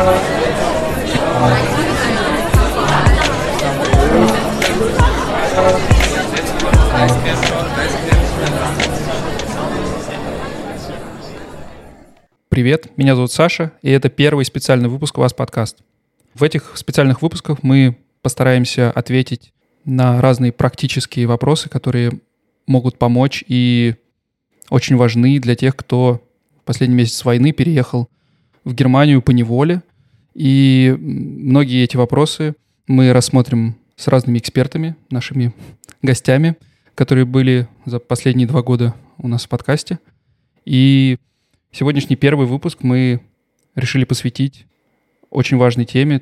Привет, меня зовут Саша, и это первый специальный выпуск «ВАЗ Подкаст». В этих специальных выпусках мы постараемся ответить на разные практические вопросы, которые могут помочь и очень важны для тех, кто в последний месяц войны переехал в Германию поневоле. И многие эти вопросы мы рассмотрим с разными экспертами, нашими гостями, которые были за последние 2 года у нас в подкасте. И сегодняшний первый выпуск мы решили посвятить очень важной теме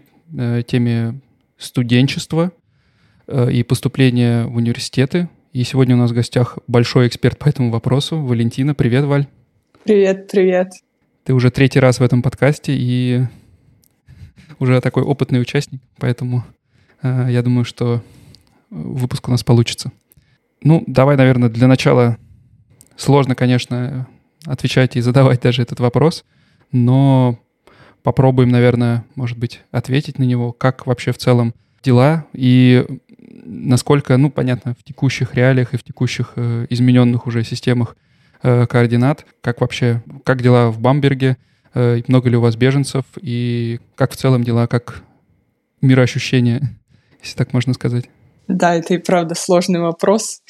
студенчества и поступления в университеты. И сегодня у нас в гостях большой эксперт по этому вопросу, Валентина. Привет, Валь. Привет. Ты уже 3-й раз в этом подкасте и уже такой опытный участник, поэтому я думаю, что выпуск у нас получится. Давай, наверное, для начала сложно, конечно, отвечать и задавать даже этот вопрос, но попробуем, наверное, может быть, ответить на него, как вообще в целом дела и насколько, понятно, в текущих реалиях и в текущих измененных уже системах координат, как дела в Бамберге, много ли у вас беженцев и как в целом дела, как мироощущение, если так можно сказать. Да, это и правда сложный вопрос.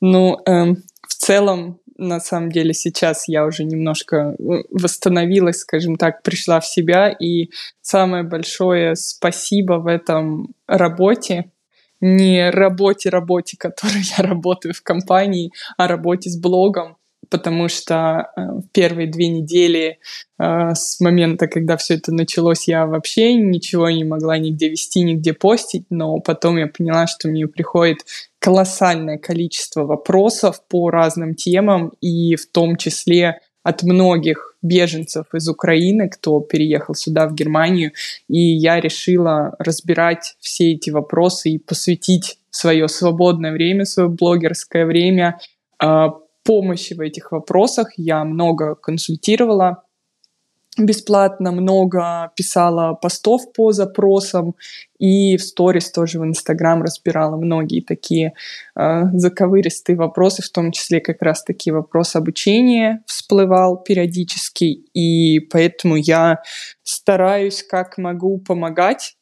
В целом, на самом деле, сейчас я уже немножко восстановилась, скажем так, пришла в себя, и самое большое спасибо в этом работе, не работе, которой я работаю в компании, а работе с блогом, потому что в первые 2 недели с момента, когда все это началось, я вообще ничего не могла нигде вести, нигде постить, но потом я поняла, что мне приходит колоссальное количество вопросов по разным темам, и в том числе от многих беженцев из Украины, кто переехал сюда, в Германию, и я решила разбирать все эти вопросы и посвятить свое свободное время, свое блогерское время помощи в этих вопросах. Я много консультировала бесплатно, много писала постов по запросам, и в сторис тоже в Инстаграм разбирала многие такие заковыристые вопросы, в том числе как раз-таки вопрос обучения всплывал периодически, и поэтому я стараюсь как могу помогать,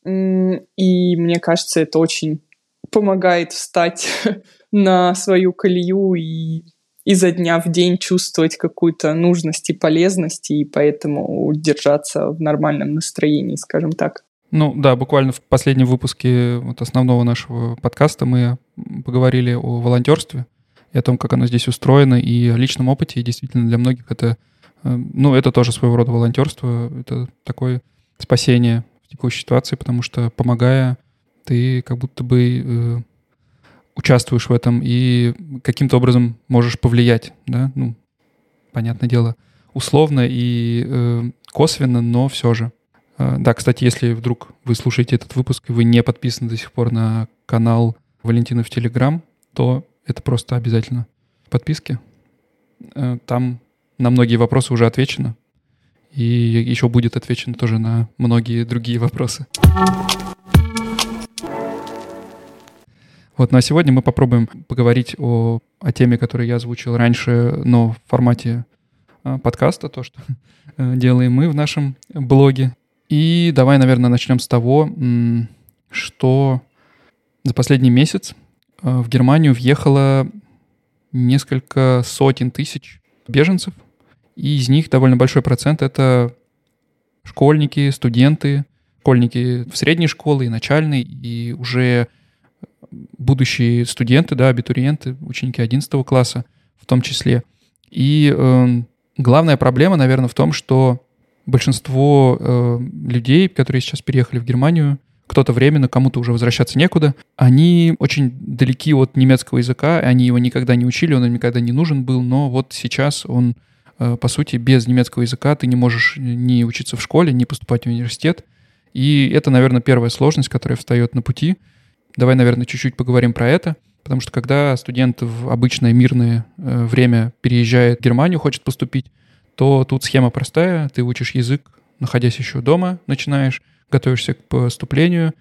и мне кажется, это очень помогает встать на свою колею и изо дня в день чувствовать какую-то нужность и полезность, и поэтому удержаться в нормальном настроении, скажем так. Да, буквально в последнем выпуске основного нашего подкаста мы поговорили о волонтерстве и о том, как оно здесь устроено, и о личном опыте, и действительно для многих это тоже своего рода волонтерство, это такое спасение в текущей ситуации, потому что, помогая, ты как будто бы участвуешь в этом и каким-то образом можешь повлиять, да, понятное дело, условно и косвенно, но все же. Да, кстати, если вдруг вы слушаете этот выпуск и вы не подписаны до сих пор на канал Валентины в Телеграм, то это просто обязательно подписки. Там на многие вопросы уже отвечено, и еще будет отвечено тоже на многие другие вопросы. А сегодня мы попробуем поговорить о теме, которую я озвучил раньше, но в формате подкаста, то, что делаем мы в нашем блоге. И давай, наверное, начнем с того, что за последний месяц в Германию въехало несколько сотен тысяч беженцев, и из них довольно большой процент — это школьники, студенты, школьники в средней школе и начальной, и уже будущие студенты, да, абитуриенты, ученики 11 класса в том числе. И главная проблема, наверное, в том, что большинство людей, которые сейчас переехали в Германию, кто-то временно, кому-то уже возвращаться некуда, они очень далеки от немецкого языка, они его никогда не учили, он им никогда не нужен был, но вот сейчас он, по сути, без немецкого языка ты не можешь ни учиться в школе, ни поступать в университет. И это, наверное, первая сложность, которая встает на пути. Давай, наверное, чуть-чуть поговорим про это, потому что когда студент в обычное мирное время переезжает в Германию, хочет поступить, то тут схема простая. Ты учишь язык находясь еще дома, начинаешь, готовишься к поступлению,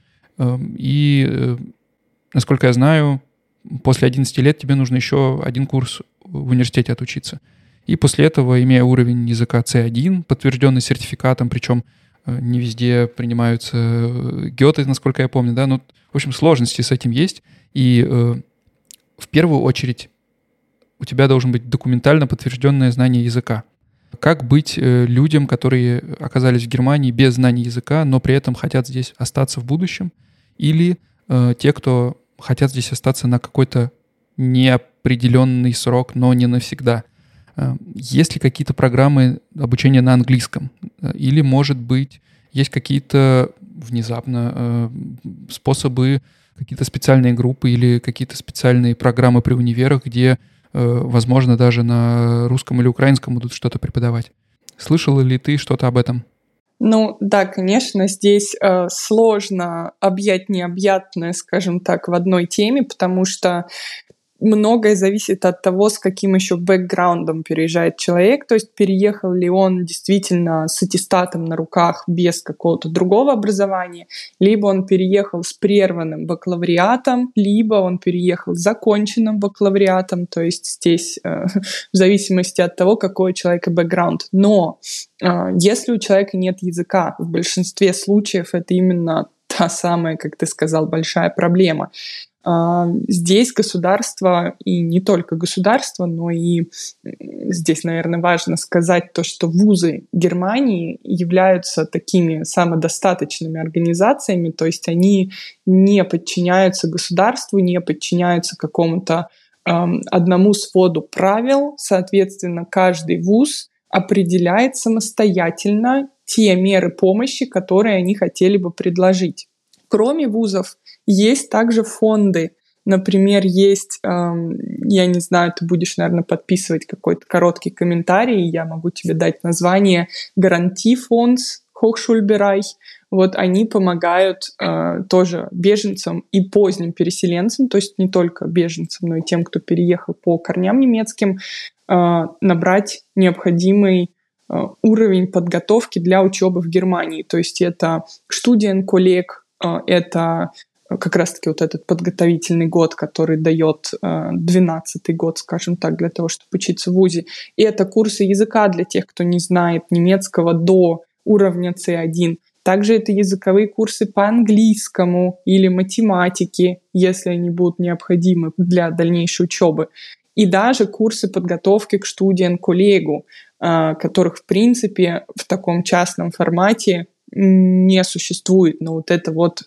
и, насколько я знаю, после 11 лет тебе нужно еще один курс в университете отучиться. И после этого, имея уровень языка C1, подтвержденный сертификатом, причем не везде принимаются Гёте, насколько я помню, да, ну, в общем, сложности с этим есть. И в первую очередь у тебя должен быть документально подтвержденное знание языка. Как быть людям, которые оказались в Германии без знания языка, но при этом хотят здесь остаться в будущем, или те, кто хотят здесь остаться на какой-то неопределенный срок, но не навсегда? Есть ли какие-то программы обучения на английском? Или, может быть, есть какие-то внезапно способы, какие-то специальные группы или какие-то специальные программы при универах, где, возможно, даже на русском или украинском будут что-то преподавать? Слышала ли ты что-то об этом? Ну да, конечно, здесь сложно объять необъятное, скажем так, в одной теме, потому что многое зависит от того, с каким еще бэкграундом переезжает человек, то есть переехал ли он действительно с аттестатом на руках без какого-то другого образования, либо он переехал с прерванным бакалавриатом, либо он переехал с законченным бакалавриатом, то есть здесь в зависимости от того, какой у человека бэкграунд. Но если у человека нет языка, в большинстве случаев это именно та самая, как ты сказал, большая проблема. Здесь государство, и не только государство, но и здесь, наверное, важно сказать то, что вузы Германии являются такими самодостаточными организациями, то есть они не подчиняются государству, не подчиняются какому-то одному своду правил. Соответственно, каждый вуз определяет самостоятельно те меры помощи, которые они хотели бы предложить. Кроме вузов, есть также фонды. Например, есть, я не знаю, ты будешь, наверное, подписывать какой-то короткий комментарий, я могу тебе дать название «Гарантифондс Hochschulbereich». Вот они помогают тоже беженцам и поздним переселенцам, то есть не только беженцам, но и тем, кто переехал по корням немецким, набрать необходимый уровень подготовки для учебы в Германии. То есть это Studienkolleg, это как раз-таки вот этот подготовительный год, который дает 12-й год, скажем так, для того, чтобы учиться в вузе. И это курсы языка для тех, кто не знает немецкого до уровня C1. Также это языковые курсы по английскому или математике, если они будут необходимы для дальнейшей учебы. И даже курсы подготовки к Studienkolleg, которых, в принципе, в таком частном формате не существует, но вот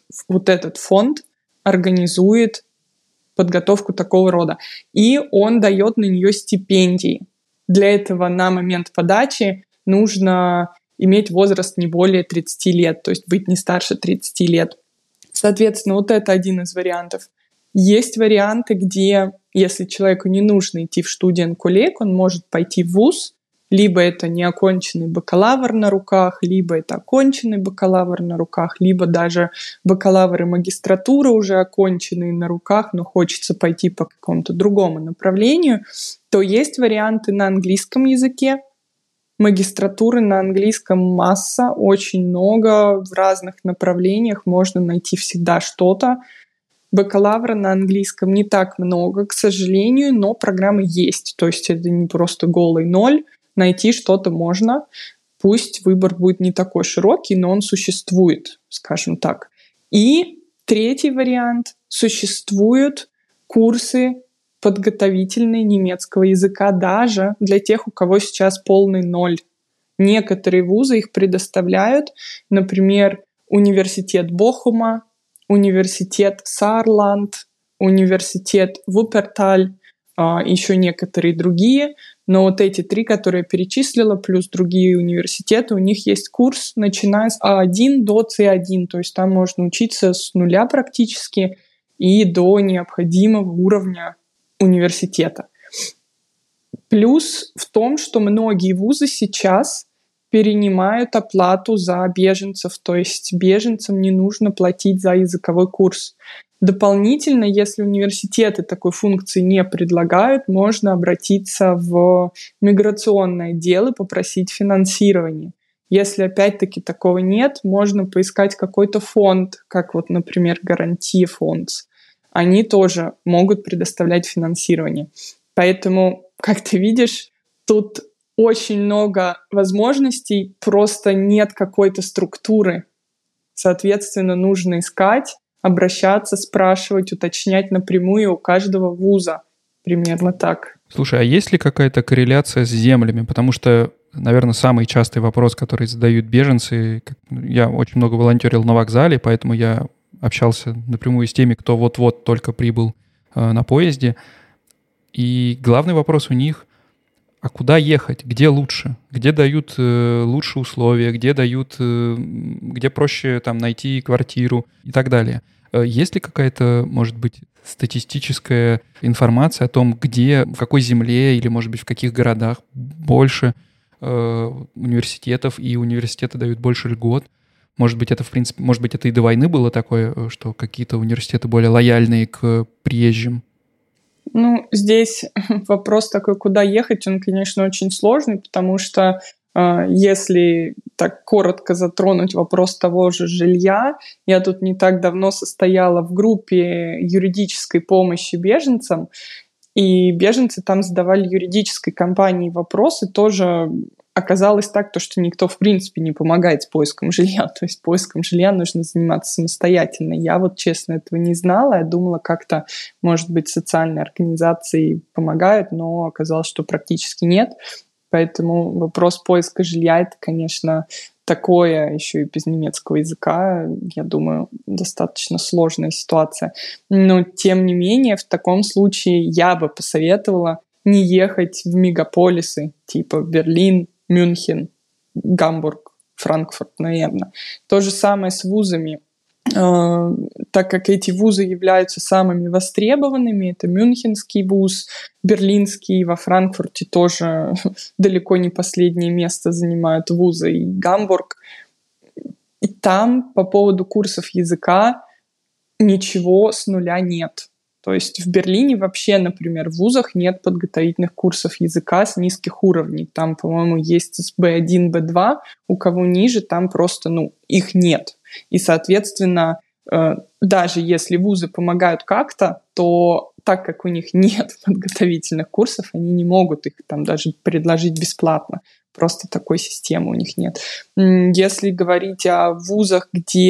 этот фонд организует подготовку такого рода. И он дает на нее стипендии. Для этого на момент подачи нужно иметь возраст не более 30 лет, то есть быть не старше 30 лет. Соответственно, вот это один из вариантов. Есть варианты, где, если человеку не нужно идти в Studienkolleg, он может пойти в вуз, либо это неоконченный бакалавр на руках, либо это оконченный бакалавр на руках, либо даже бакалавр и магистратура уже оконченные на руках, но хочется пойти по какому-то другому направлению, то есть варианты на английском языке. Магистратуры на английском масса, очень много, в разных направлениях можно найти всегда что-то. Бакалавра на английском не так много, к сожалению, но программы есть, то есть это не просто голый ноль. Найти что-то можно, пусть выбор будет не такой широкий, но он существует, скажем так. И третий вариант. Существуют курсы подготовительные немецкого языка даже для тех, у кого сейчас полный ноль. Некоторые вузы их предоставляют, например, университет Бохума, университет Саарланд, университет Вупперталь, еще некоторые другие. Но вот эти три, которые я перечислила, плюс другие университеты, у них есть курс, начиная с А1 до С1. То есть там можно учиться с нуля практически и до необходимого уровня университета. Плюс в том, что многие вузы сейчас перенимают оплату за беженцев, то есть беженцам не нужно платить за языковой курс. Дополнительно, если университеты такой функции не предлагают, можно обратиться в миграционное отдел и попросить финансирование. Если опять-таки такого нет, можно поискать какой-то фонд, как вот, например, Гарантия фонд. Они тоже могут предоставлять финансирование. Поэтому, как ты видишь, тут очень много возможностей, просто нет какой-то структуры. Соответственно, нужно искать, обращаться, спрашивать, уточнять напрямую у каждого вуза. Примерно так. Слушай, а есть ли какая-то корреляция с землями? Потому что, наверное, самый частый вопрос, который задают беженцы, я очень много волонтерил на вокзале, поэтому я общался напрямую с теми, кто вот-вот только прибыл на поезде. И главный вопрос у них: а куда ехать? Где лучше? Где дают лучшие условия? Где проще там найти квартиру и так далее? Есть ли какая-то, может быть, статистическая информация о том, где, в какой земле или, может быть, в каких городах больше университетов, и университеты дают больше льгот? Может быть, это, в принципе, может быть, это и до войны было такое, что какие-то университеты более лояльные к приезжим? Ну, здесь вопрос такой, куда ехать, он, конечно, очень сложный, потому что если так коротко затронуть вопрос того же жилья, я тут не так давно состояла в группе юридической помощи беженцам, и беженцы там задавали юридической компании вопросы, тоже оказалось так, что никто в принципе не помогает с поиском жилья, то есть поиском жилья нужно заниматься самостоятельно. Я вот, честно, этого не знала, я думала, как-то, может быть, социальные организации помогают, но оказалось, что практически нет. Поэтому вопрос поиска жилья — это, конечно, такое, еще и без немецкого языка, я думаю, достаточно сложная ситуация. Но, тем не менее, в таком случае я бы посоветовала не ехать в мегаполисы типа Берлин, Мюнхен, Гамбург, Франкфурт, наверное. То же самое с вузами. Так как эти вузы являются самыми востребованными, это Мюнхенский вуз, Берлинский, во Франкфурте тоже далеко не последнее место занимают вузы, и Гамбург. И там по поводу курсов языка ничего с нуля нет. То есть в Берлине вообще, например, в вузах нет подготовительных курсов языка с низких уровней. Там, по-моему, есть с B1, B2, у кого ниже, там просто, их нет. И, соответственно, даже если вузы помогают как-то, то так как у них нет подготовительных курсов, они не могут их там даже предложить бесплатно. Просто такой системы у них нет. Если говорить о вузах,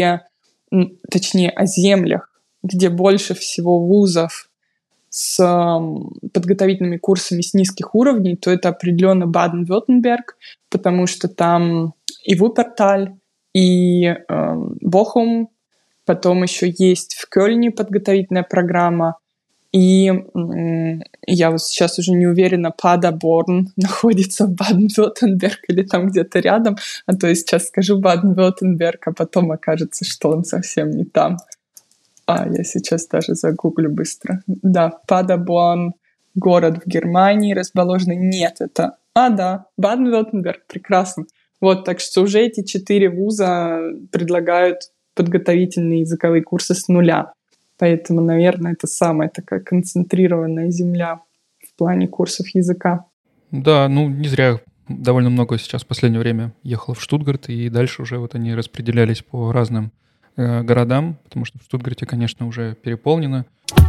точнее, о землях, где больше всего вузов с подготовительными курсами с низких уровней, то это определенно Баден-Вюртемберг, потому что там и Вуперталь, и Бохум, потом еще есть в Кёльне подготовительная программа, и я вот сейчас уже не уверена, Падаборн находится в Баден-Вюртемберг или там где-то рядом, а то я сейчас скажу Баден-Вюртемберг, а потом окажется, что он совсем не там. Я сейчас даже загуглю быстро. Да, Падаборн, город в Германии расположенный. Нет, это... да, Баден-Вюртемберг, прекрасно. Вот, так что уже эти 4 вуза предлагают подготовительные языковые курсы с нуля. Поэтому, наверное, это самая такая концентрированная земля в плане курсов языка. Да, не зря довольно много сейчас в последнее время ехал в Штутгарт, и дальше уже вот они распределялись по разным городам, потому что в Штутгарте, конечно, уже переполнено.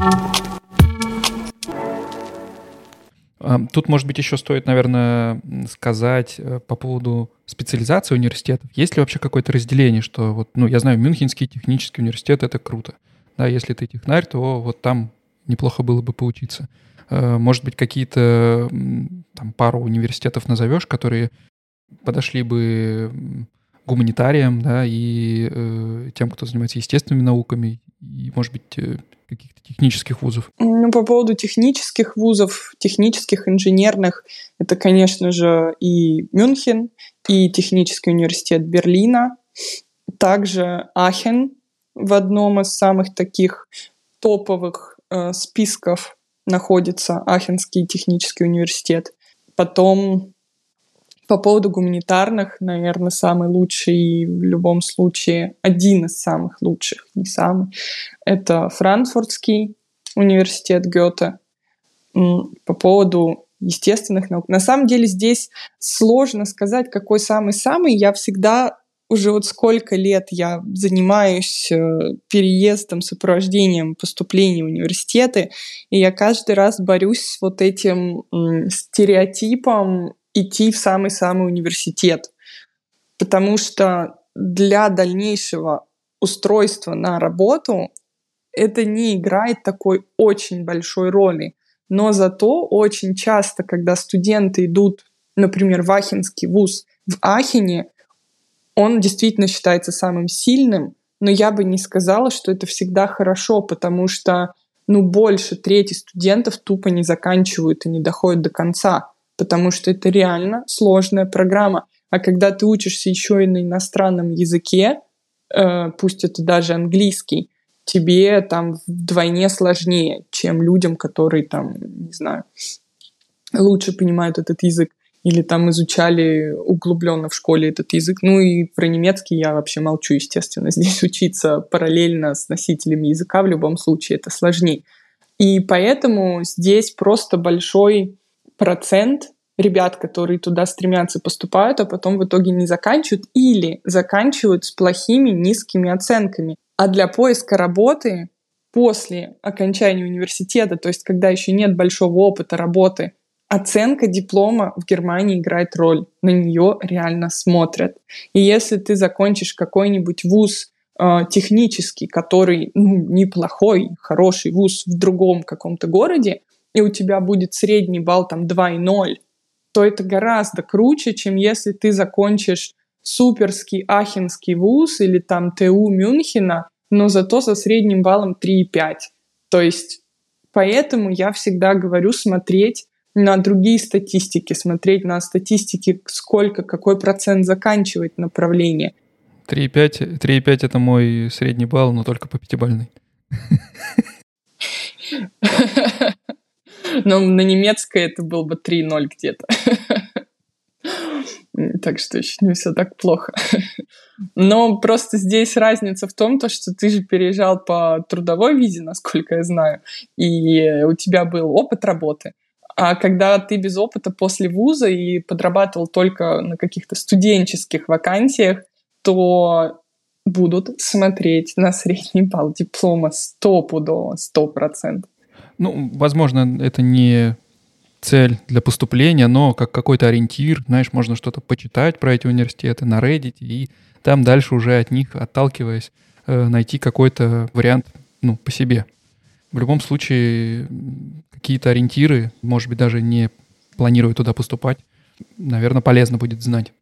Тут, может быть, еще стоит, наверное, сказать по поводу специализации университетов. Есть ли вообще какое-то разделение, что я знаю, Мюнхенский технический университет — это круто. Да, если ты технарь, то вот там неплохо было бы поучиться. Может быть, какие-то там пару университетов назовешь, которые подошли бы гуманитариям, да, и тем, кто занимается естественными науками, и, может быть, каких-то технических вузов? По поводу технических вузов, технических, инженерных, это, конечно же, и Мюнхен, и технический университет Берлина, также Ахен в одном из самых таких топовых списков находится, Ахенский технический университет. Потом по поводу гуманитарных, наверное, самый лучший, в любом случае, один из самых лучших, не самый, это Франкфуртский университет Гёте. По поводу естественных наук. На самом деле здесь сложно сказать, какой самый-самый. Я всегда уже вот сколько лет я занимаюсь переездом, сопровождением поступления в университеты, и я каждый раз борюсь с вот этим стереотипом идти в самый-самый университет. Потому что для дальнейшего устройства на работу это не играет такой очень большой роли. Но зато очень часто, когда студенты идут, например, в Ахенский вуз, в Ахене, он действительно считается самым сильным, но я бы не сказала, что это всегда хорошо, потому что больше трети студентов тупо не заканчивают и не доходят до конца, потому что это реально сложная программа. А когда ты учишься еще и на иностранном языке, пусть это даже английский, тебе там вдвойне сложнее, чем людям, которые там, не знаю, лучше понимают этот язык или там изучали углубленно в школе этот язык. Ну и про немецкий я вообще молчу, естественно. Здесь учиться параллельно с носителями языка в любом случае это сложнее. И поэтому здесь просто большой процент ребят, которые туда стремятся, поступают, а потом в итоге не заканчивают или заканчивают с плохими, низкими оценками. А для поиска работы после окончания университета, то есть когда еще нет большого опыта работы, оценка диплома в Германии играет роль. На нее реально смотрят. И если ты закончишь какой-нибудь вуз технический, который неплохой, хороший вуз в другом каком-то городе, и у тебя будет средний балл там 2,0, то это гораздо круче, чем если ты закончишь суперский ахенский вуз или там ТУ Мюнхена, но зато со средним баллом 3,5. То есть поэтому я всегда говорю смотреть на другие статистики, смотреть на статистики, какой процент заканчивает направление. 3,5 это мой средний балл, но только по пятибалльной. Но на немецкой это был бы 3,0 где-то. Так что еще не все так плохо. Но просто здесь разница в том, что ты же переезжал по трудовой визе, насколько я знаю, и у тебя был опыт работы. А когда ты без опыта после вуза и подрабатывал только на каких-то студенческих вакансиях, то будут смотреть на средний балл диплома стопудово, 100%. Возможно, это не цель для поступления, но как какой-то ориентир, знаешь, можно что-то почитать про эти университеты на Reddit, и там дальше уже от них, отталкиваясь, найти какой-то вариант, по себе. В любом случае, какие-то ориентиры, может быть, даже не планируя туда поступать, наверное, полезно будет знать.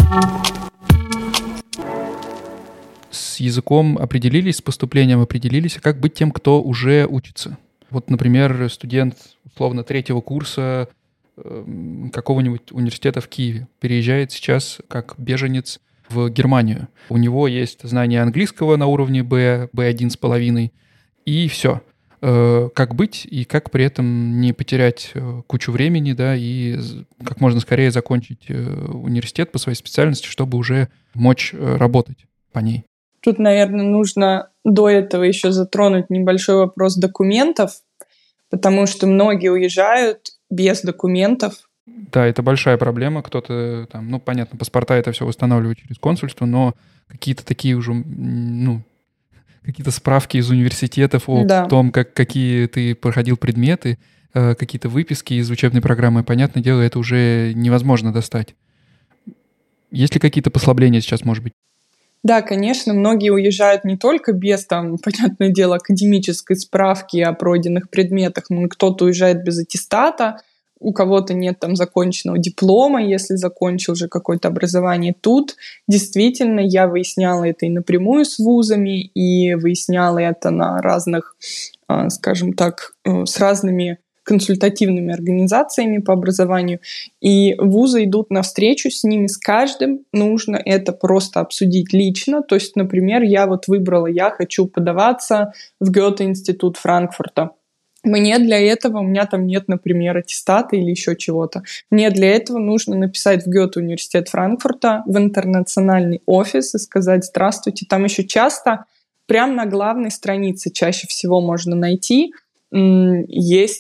С языком определились, с поступлением определились, а как быть тем, кто уже учится? Вот, например, студент, условно, 3-го курса какого-нибудь университета в Киеве переезжает сейчас как беженец в Германию. У него есть знание английского на уровне B1,5, и все. Как быть и как при этом не потерять кучу времени, да, и как можно скорее закончить университет по своей специальности, чтобы уже мочь работать по ней. Тут, наверное, нужно до этого еще затронуть небольшой вопрос документов, потому что многие уезжают без документов. Да, это большая проблема. Кто-то там, понятно, паспорта это все восстанавливают через консульство, но какие-то такие уже, какие-то справки из университетов о том, какие ты проходил предметы, какие-то выписки из учебной программы, понятное дело, это уже невозможно достать. Есть ли какие-то послабления сейчас, может быть? Да, конечно, многие уезжают не только без, понятное дело, академической справки о пройденных предметах, но и кто-то уезжает без аттестата, у кого-то нет законченного диплома, если закончил уже какое-то образование. Тут действительно я выясняла это и напрямую с вузами, и выясняла это на разных, скажем так, с разными консультативными организациями по образованию, и вузы идут навстречу с ними, с каждым нужно это просто обсудить лично. То есть, например, я выбрала, я хочу подаваться в Гёте-институт Франкфурта. Мне для этого, у меня там нет, например, аттестата или еще чего-то. Мне для этого нужно написать в Гёте-университет Франкфурта, в интернациональный офис и сказать «Здравствуйте». Там еще часто, прямо на главной странице чаще всего можно найти, есть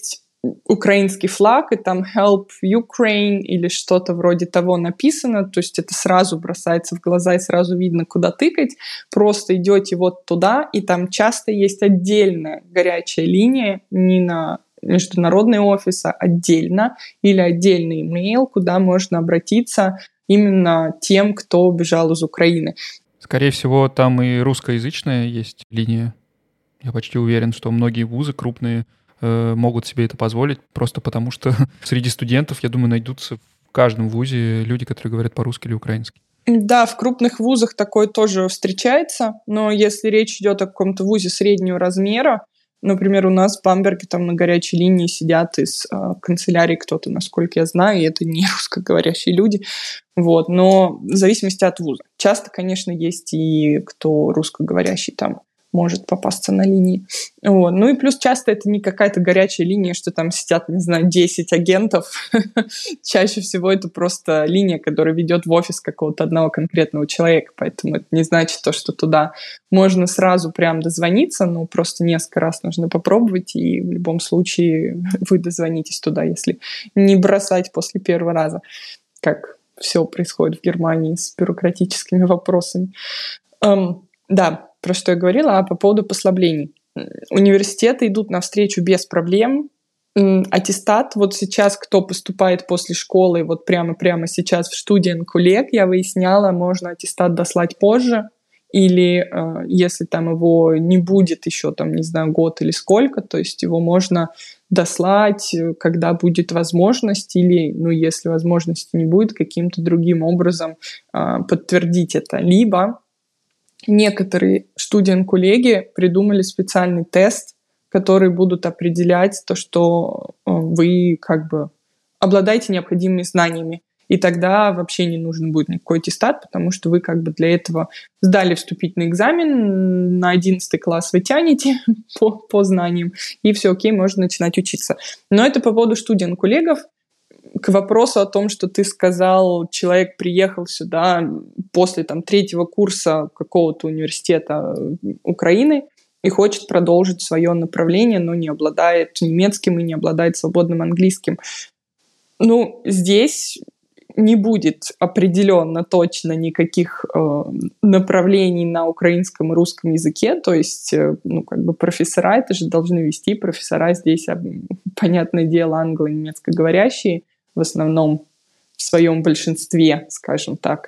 украинский флаг, и там «Help Ukraine» или что-то вроде того написано, то есть это сразу бросается в глаза и сразу видно, куда тыкать. Просто идете вот туда, и там часто есть отдельная горячая линия, не на международный офис, а отдельно, или отдельный имейл, куда можно обратиться именно тем, кто убежал из Украины. Скорее всего, там и русскоязычная есть линия. Я почти уверен, что многие вузы крупные могут себе это позволить, просто потому что среди студентов, я думаю, найдутся в каждом вузе люди, которые говорят по-русски или украински. Да, в крупных вузах такое тоже встречается, но если речь идет о каком-то вузе среднего размера, например, у нас в Бамберге там на горячей линии сидят из канцелярии кто-то, насколько я знаю, и это не русскоговорящие люди, вот, но в зависимости от вуза. Часто, конечно, есть и кто русскоговорящий там может попасться на линии. Вот. Ну и плюс часто это не какая-то горячая линия, что там сидят, не знаю, 10 агентов. Чаще всего это просто линия, которая ведет в офис какого-то одного конкретного человека. Поэтому это не значит то, что туда можно сразу прям дозвониться, но просто несколько раз нужно попробовать, и в любом случае вы дозвонитесь туда, если не бросать после первого раза, как все происходит в Германии с бюрократическими вопросами. Да, про что я говорила, а по поводу послаблений. Университеты идут навстречу без проблем. Аттестат, вот сейчас, кто поступает после школы, вот прямо сейчас в Studienkolleg, я выясняла, можно аттестат дослать позже, или если там его не будет еще, там, не знаю, год или сколько, то есть его можно дослать, когда будет возможность, или, ну, если возможности не будет, каким-то другим образом подтвердить это. Либо некоторые студент-коллеги придумали специальный тест, который будут определять то, что вы как бы обладаете необходимыми знаниями. И тогда вообще не нужен будет никакой аттестат, потому что вы как бы для этого сдали вступительный экзамен, на 11 класс вы тянете по знаниям, и все окей, можно начинать учиться. Но это по поводу студент-коллегов. К вопросу о том, что ты сказал, человек приехал сюда после там, 3-го курса какого-то университета Украины и хочет продолжить свое направление, но не обладает немецким и не обладает свободным английским. Ну, здесь не будет определенно точно никаких направлений на украинском и русском языке, то есть, ну, как бы профессора это же должны вести, профессора здесь, понятное дело, англо- и немецкоговорящие, в основном в своем большинстве, скажем так.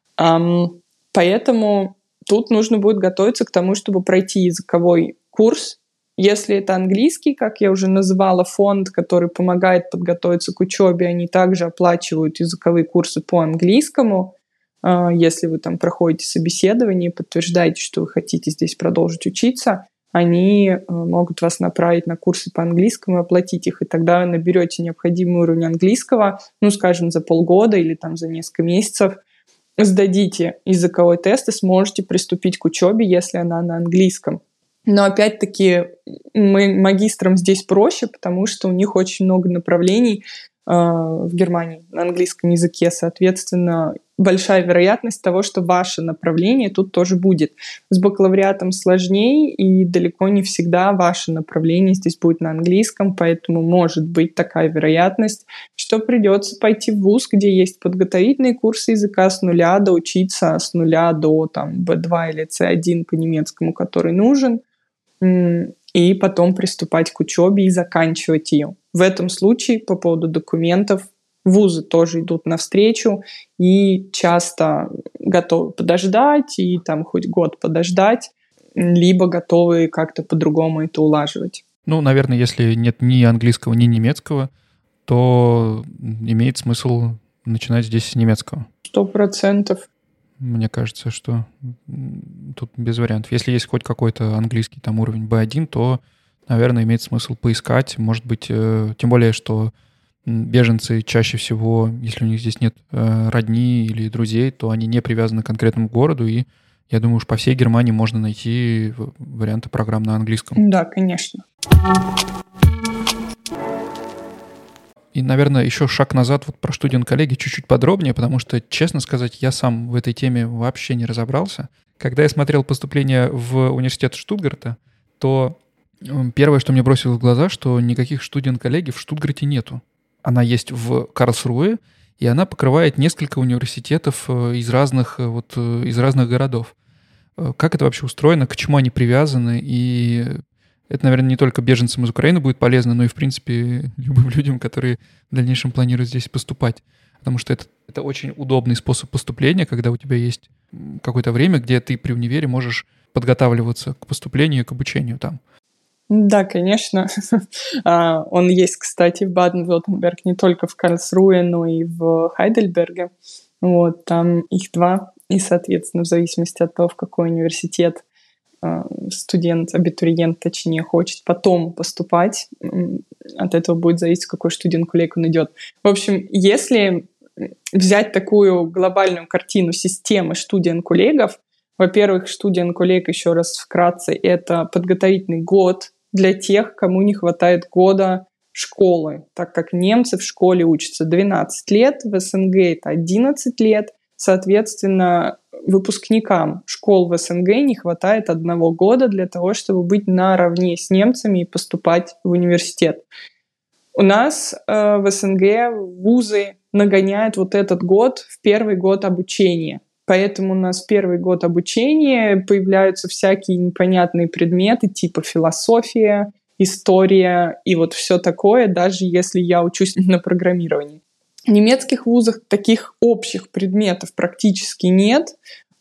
Поэтому тут нужно будет готовиться к тому, чтобы пройти языковой курс. Если это английский, как я уже называла, фонд, который помогает подготовиться к учебе, они также оплачивают языковые курсы по английскому. Если вы там проходите собеседование, подтверждаете, что вы хотите здесь продолжить учиться, они могут вас направить на курсы по английскому и оплатить их. И тогда вы наберете необходимый уровень английского, ну, скажем, за полгода или там за несколько месяцев, сдадите языковой тест и сможете приступить к учебе, если она на английском. Но опять-таки магистрам здесь проще, потому что у них очень много направлений в Германии на английском языке. Соответственно, большая вероятность того, что ваше направление тут тоже будет. С бакалавриатом сложнее, и далеко не всегда ваше направление здесь будет на английском, поэтому может быть такая вероятность, что придется пойти в вуз, где есть подготовительные курсы языка с нуля, доучиться с нуля до там, B2 или C1 по немецкому, который нужен, и потом приступать к учебе и заканчивать ее. В этом случае по поводу документов вузы тоже идут навстречу и часто готовы подождать и там хоть год подождать, либо готовы как-то по-другому это улаживать. Ну, наверное, если нет ни английского, ни немецкого, то имеет смысл начинать здесь с немецкого. 100%. Мне кажется, что тут без вариантов. Если есть хоть какой-то английский там уровень B1, то, наверное, имеет смысл поискать. Может быть, тем более, что беженцы чаще всего, если у них здесь нет родни или друзей, то они не привязаны к конкретному городу, и я думаю, уж по всей Германии можно найти варианты программ на английском. Да, конечно. И, наверное, еще шаг назад вот про студент-коллеги чуть-чуть подробнее, потому что, честно сказать, я сам в этой теме вообще не разобрался. Когда я смотрел поступление в университет Штутгарта, то Первое, что мне бросилось в глаза, что никаких студент-коллеги в Штутгарте нету. Она есть в Карлсруэ, и она покрывает несколько университетов из разных городов. Как это вообще устроено, к чему они привязаны, и это, наверное, не только беженцам из Украины будет полезно, но и, в принципе, любым людям, которые в дальнейшем планируют здесь поступать. Потому что это очень удобный способ поступления, когда у тебя есть какое-то время, где ты при универе можешь подготавливаться к поступлению и к обучению там. Да, конечно. Он есть, кстати, в Баден-Вюртемберг не только в Карлсруэ, но и в Хайдельберге. Вот, там их 2. И, соответственно, в зависимости от того, в какой университет студент, абитуриент, точнее, хочет потом поступать, от этого будет зависеть, какой студент-коллег он идет. В общем, если взять такую глобальную картину системы студент-коллегов, во-первых, студент-коллег, еще раз вкратце, это подготовительный год для тех, кому не хватает года школы, так как немцы в школе учатся 12 лет, в СНГ это 11 лет, соответственно, выпускникам школ в СНГ не хватает 1 года для того, чтобы быть наравне с немцами и поступать в университет. У нас в СНГ вузы нагоняют вот этот год в первый год обучения. Поэтому у нас в первый год обучения появляются всякие непонятные предметы типа философия, история и вот все такое, даже если я учусь на программировании. В немецких вузах таких общих предметов практически нет,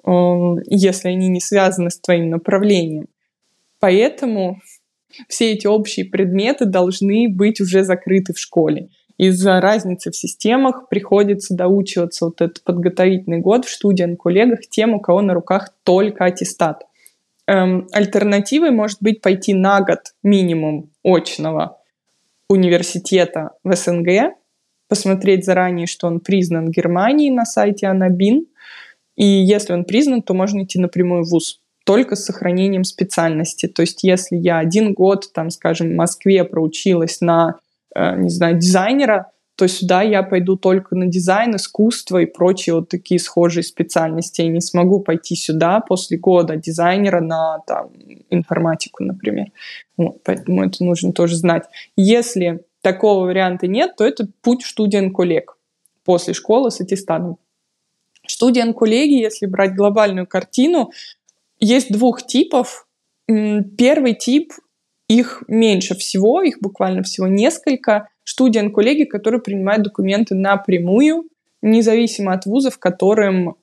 если они не связаны с твоим направлением. Поэтому все эти общие предметы должны быть уже закрыты в школе. Из-за разницы в системах приходится доучиваться вот этот подготовительный год в студент-коллегах тем, у кого на руках только аттестат. Альтернативой может быть пойти на год минимум очного университета в СНГ, посмотреть заранее, что он признан Германией на сайте Анабин, и если он признан, то можно идти напрямую в вуз, только с сохранением специальности. То есть если я 1 год, там, скажем, в Москве проучилась на дизайнера, то сюда я пойду только на дизайн, искусство и прочие вот такие схожие специальности. Я не смогу пойти сюда после года дизайнера на информатику, например. Вот, поэтому это нужно тоже знать. Если такого варианта нет, то это путь студент-коллег после школы с аттестатом. Студент-коллеги, если брать глобальную картину, есть 2 типов. Первый тип, их меньше всего, их буквально всего несколько. Студент-коллеги, которые принимают документы напрямую, независимо от вуза, в котором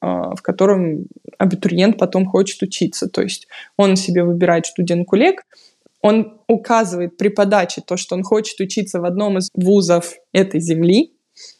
абитуриент потом хочет учиться. То есть он себе выбирает студент-коллег, он указывает при подаче то, что он хочет учиться в одном из вузов этой земли,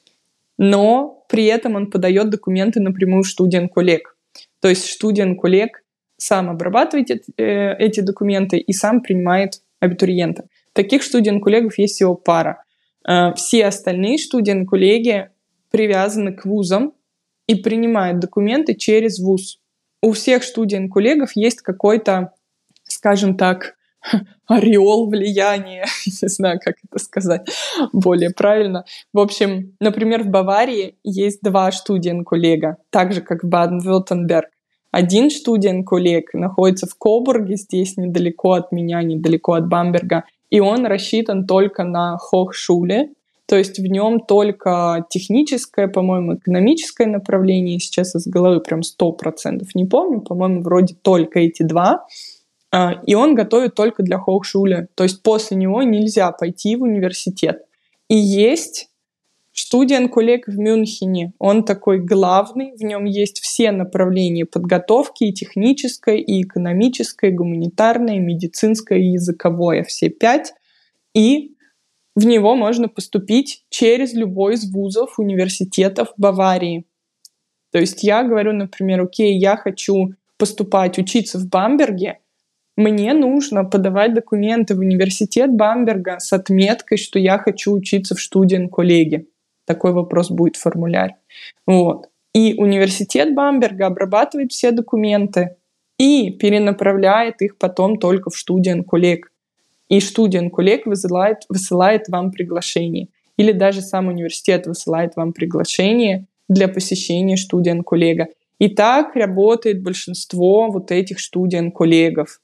но при этом он подает документы напрямую в студент-коллег. То есть студент-коллег сам обрабатывает эти документы и сам принимает абитуриента. Таких студент-коллегов есть всего пара. Все остальные студент-коллеги привязаны к вузам и принимают документы через вуз. У всех студент-коллегов есть какой-то, скажем так, ореол влияния, не знаю, как это сказать более правильно. В общем, например, в Баварии есть 2 студент-коллега, так же, как в Баден-Вюртемберг. Один студент-коллег находится в Кобурге, здесь недалеко от меня, недалеко от Бамберга, и он рассчитан только на Hochschule, то есть в нем только техническое, по-моему, экономическое направление, сейчас из головы прям 100% не помню, по-моему, вроде только эти 2, и он готовит только для Hochschule, то есть после него нельзя пойти в университет. И есть студент-коллег в Мюнхене, он такой главный, в нем есть все направления подготовки, и техническое, и экономическое, и гуманитарное, и медицинское, и языковое, все 5, и в него можно поступить через любой из вузов, университетов Баварии. То есть я говорю, например, окей, я хочу поступать, учиться в Бамберге, мне нужно подавать документы в университет Бамберга с отметкой, что я хочу учиться в студент-коллеге. Такой вопрос будет в формуляре. Вот. И университет Бамберга обрабатывает все документы и перенаправляет их потом только в студент-коллег. И студент-коллег высылает вам приглашение. Или даже сам университет высылает вам приглашение для посещения студент-коллега. И так работает большинство вот этих студент-коллегов.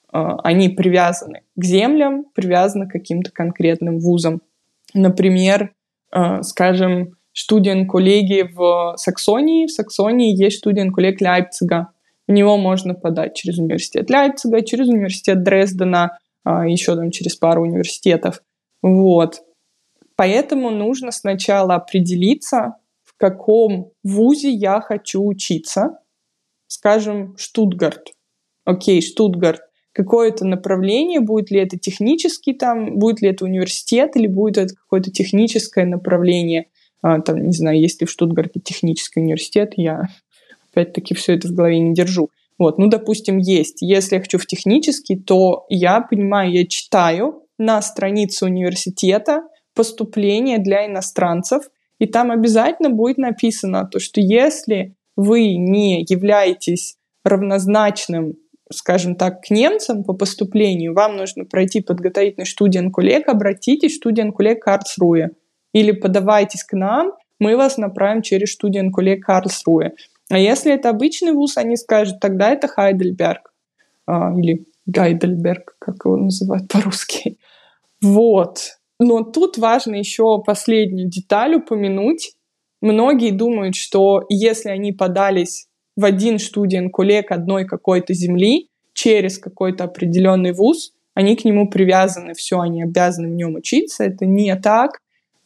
они привязаны к землям, привязаны к каким-то конкретным вузам. Например, скажем, студент-коллеги в Саксонии. В Саксонии есть студент-коллег Лейпцига. В него можно подать через университет Лейпцига, через университет Дрездена, еще там через пару университетов. Вот. Поэтому нужно сначала определиться, в каком вузе я хочу учиться. Скажем, Штутгарт. Окей, Штутгарт. Какое-то направление, будет ли это технический там, будет ли это университет или будет это какое-то техническое направление. Там, не знаю, есть ли в Штутгарте технический университет, я опять-таки все это в голове не держу. Вот, ну, допустим, есть. Если я хочу в технический, то я понимаю, я читаю на странице университета поступление для иностранцев, и там обязательно будет написано, то, что если вы не являетесь равнозначным, скажем так, к немцам по поступлению, вам нужно пройти подготовительный студент-коллег, обратитесь в студент-коллег Карлсруhe. Или подавайтесь к нам, мы вас направим через студент-коллег Карлсруhe. А если это обычный вуз, они скажут, тогда это Хайдельберг. Или Гайдельберг, как его называют по-русски. Вот. Но тут важно еще последнюю деталь упомянуть. Многие думают, что если они подались в один студент-коллег одной какой-то земли через какой-то определенный вуз, они к нему привязаны, все, они обязаны в нем учиться. Это не так.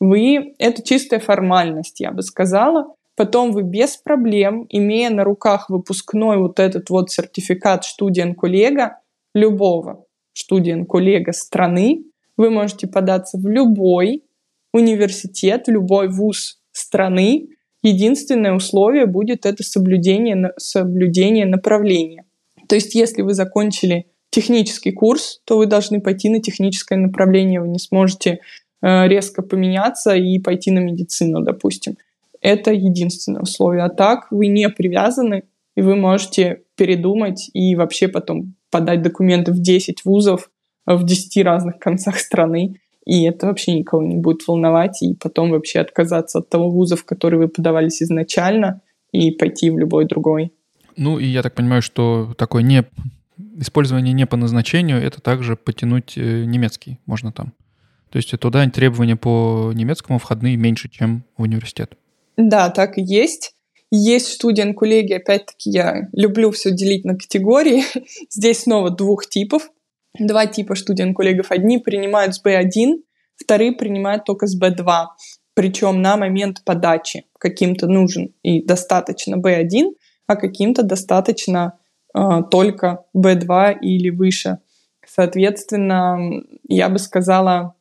Это чистая формальность, я бы сказала. Потом вы без проблем, имея на руках выпускной вот этот вот сертификат студент-коллега, любого студент-коллега страны, вы можете податься в любой университет, в любой вуз страны. Единственное условие будет это соблюдение направления. То есть если вы закончили технический курс, то вы должны пойти на техническое направление. Вы не сможете резко поменяться и пойти на медицину, допустим. Это единственное условие. А так вы не привязаны, и вы можете передумать и вообще потом подать документы в 10 вузов в 10 разных концах страны. И это вообще никого не будет волновать, и потом вообще отказаться от того вуза, в который вы подавались изначально, и пойти в любой другой. Ну, и я так понимаю, что такое использование не по назначению, это также подтянуть немецкий можно там. То есть туда требования по немецкому входные меньше, чем в университет. Да, так и есть. Есть студент-коллеги, опять-таки я люблю все делить на категории. Здесь снова 2 типов. 2 типа студент-коллегов. Одни принимают с B1, вторые принимают только с B2. Причем на момент подачи каким-то нужен и достаточно B1, а каким-то достаточно только B2 или выше. Соответственно, я бы сказала,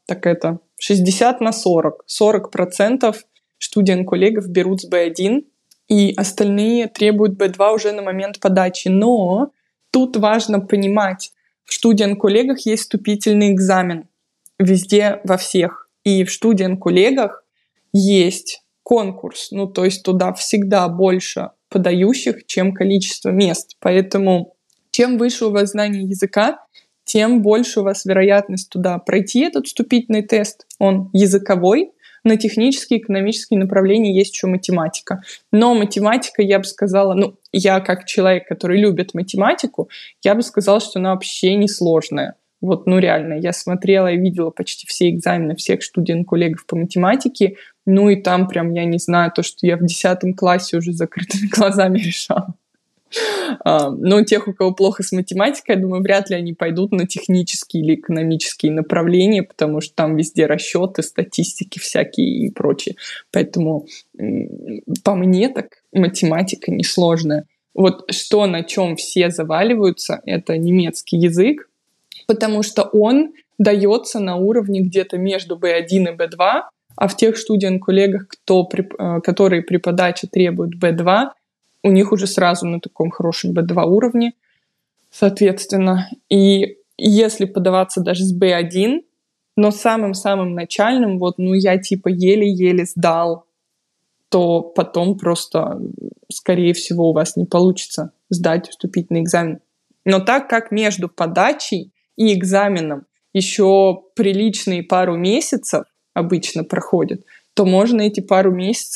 60 на 40. 40% студент-коллегов берут с B1, и остальные требуют B2 уже на момент подачи. Но тут важно понимать, в студент-коллегах есть вступительный экзамен. Везде, во всех. И в студент-коллегах есть конкурс. Ну, то есть туда всегда больше подающих, чем количество мест. Поэтому чем выше у вас знание языка, тем больше у вас вероятность туда пройти этот вступительный тест. Он языковой. На технические и экономические направления есть еще математика. Но математика, я бы сказала, я как человек, который любит математику, я бы сказала, что она вообще не сложная. Вот, реально, я смотрела и видела почти все экзамены всех студент-коллегов по математике, и там прям, я не знаю, то, что я в 10 классе уже закрытыми глазами решала. Но тех, у кого плохо с математикой, я думаю, вряд ли они пойдут на технические или экономические направления, потому что там везде расчеты, статистики всякие и прочее. Поэтому по мне так математика несложная. Вот что, на чем все заваливаются, это немецкий язык, потому что он дается на уровне где-то между B1 и B2, а в тех студент-коллегах, которые при подаче требуют B2, у них уже сразу на таком хорошем B2 уровне, соответственно. И если подаваться даже с B1, но самым-самым начальным, я еле-еле сдал, то потом просто, скорее всего, у вас не получится сдать вступительный экзамен. Но так как между подачей и экзаменом еще приличные пару месяцев обычно проходят, то можно эти пару месяцев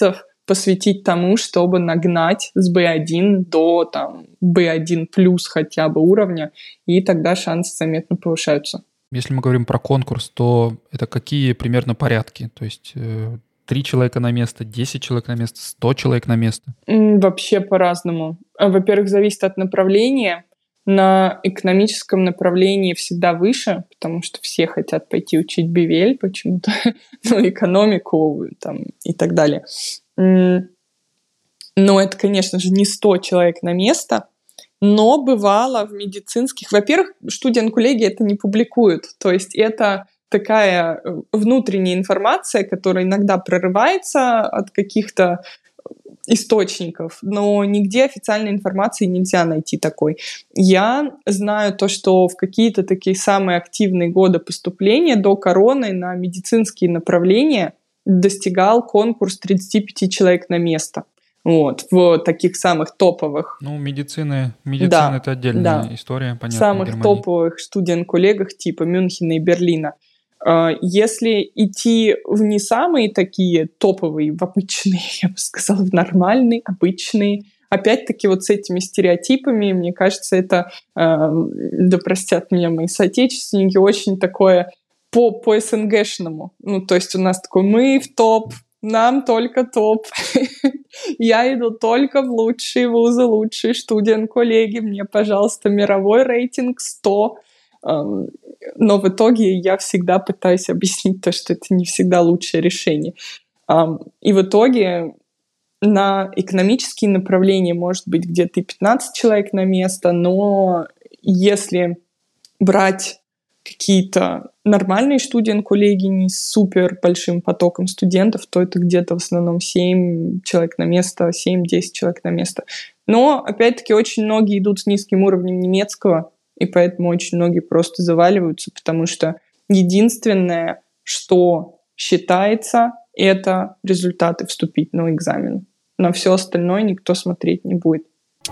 посвятить тому, чтобы нагнать с B1 до там, B1 плюс хотя бы уровня, и тогда шансы заметно повышаются. Если мы говорим про конкурс, то это какие примерно порядки? То есть 3 человека на место, 10 человек на место, 100 человек на место? Вообще по-разному. Во-первых, зависит от направления. На экономическом направлении всегда выше, потому что все хотят пойти учить BWL почему-то, ну, экономику там, и так далее. Но это, конечно же, не 100 человек на место, но бывало в медицинских... Во-первых, студент-коллеги это не публикуют, то есть это такая внутренняя информация, которая иногда прорывается от каких-то источников, но нигде официальной информации нельзя найти такой. Я знаю то, что в какие-то такие самые активные годы поступления до короны на медицинские направления достигал конкурс 35 человек на место. Вот, в таких самых топовых. Ну, медицина да, это отдельная история, понятно. В самых топовых студент-коллегах типа Мюнхена и Берлина. Если идти в не самые такие топовые, в обычные, я бы сказала, в нормальные, обычные, опять-таки вот с этими стереотипами, мне кажется, это, да простят меня мои соотечественники, очень такое по СНГшному. Ну, то есть у нас такой, мы в топ, нам только топ. Я иду только в лучшие вузы, лучшие студент-коллеги. Мне, пожалуйста, мировой рейтинг 100. Но в итоге я всегда пытаюсь объяснить то, что это не всегда лучшее решение. И в итоге на экономические направления может быть где-то и 15 человек на место, но если брать какие-то нормальные студент-коллеги не с супер большим потоком студентов, то это где-то в основном 7 человек на место, 7-10 человек на место. Но, опять-таки, очень многие идут с низким уровнем немецкого, и поэтому очень многие просто заваливаются, потому что единственное, что считается, это результаты вступительного экзамена. На все остальное никто смотреть не будет.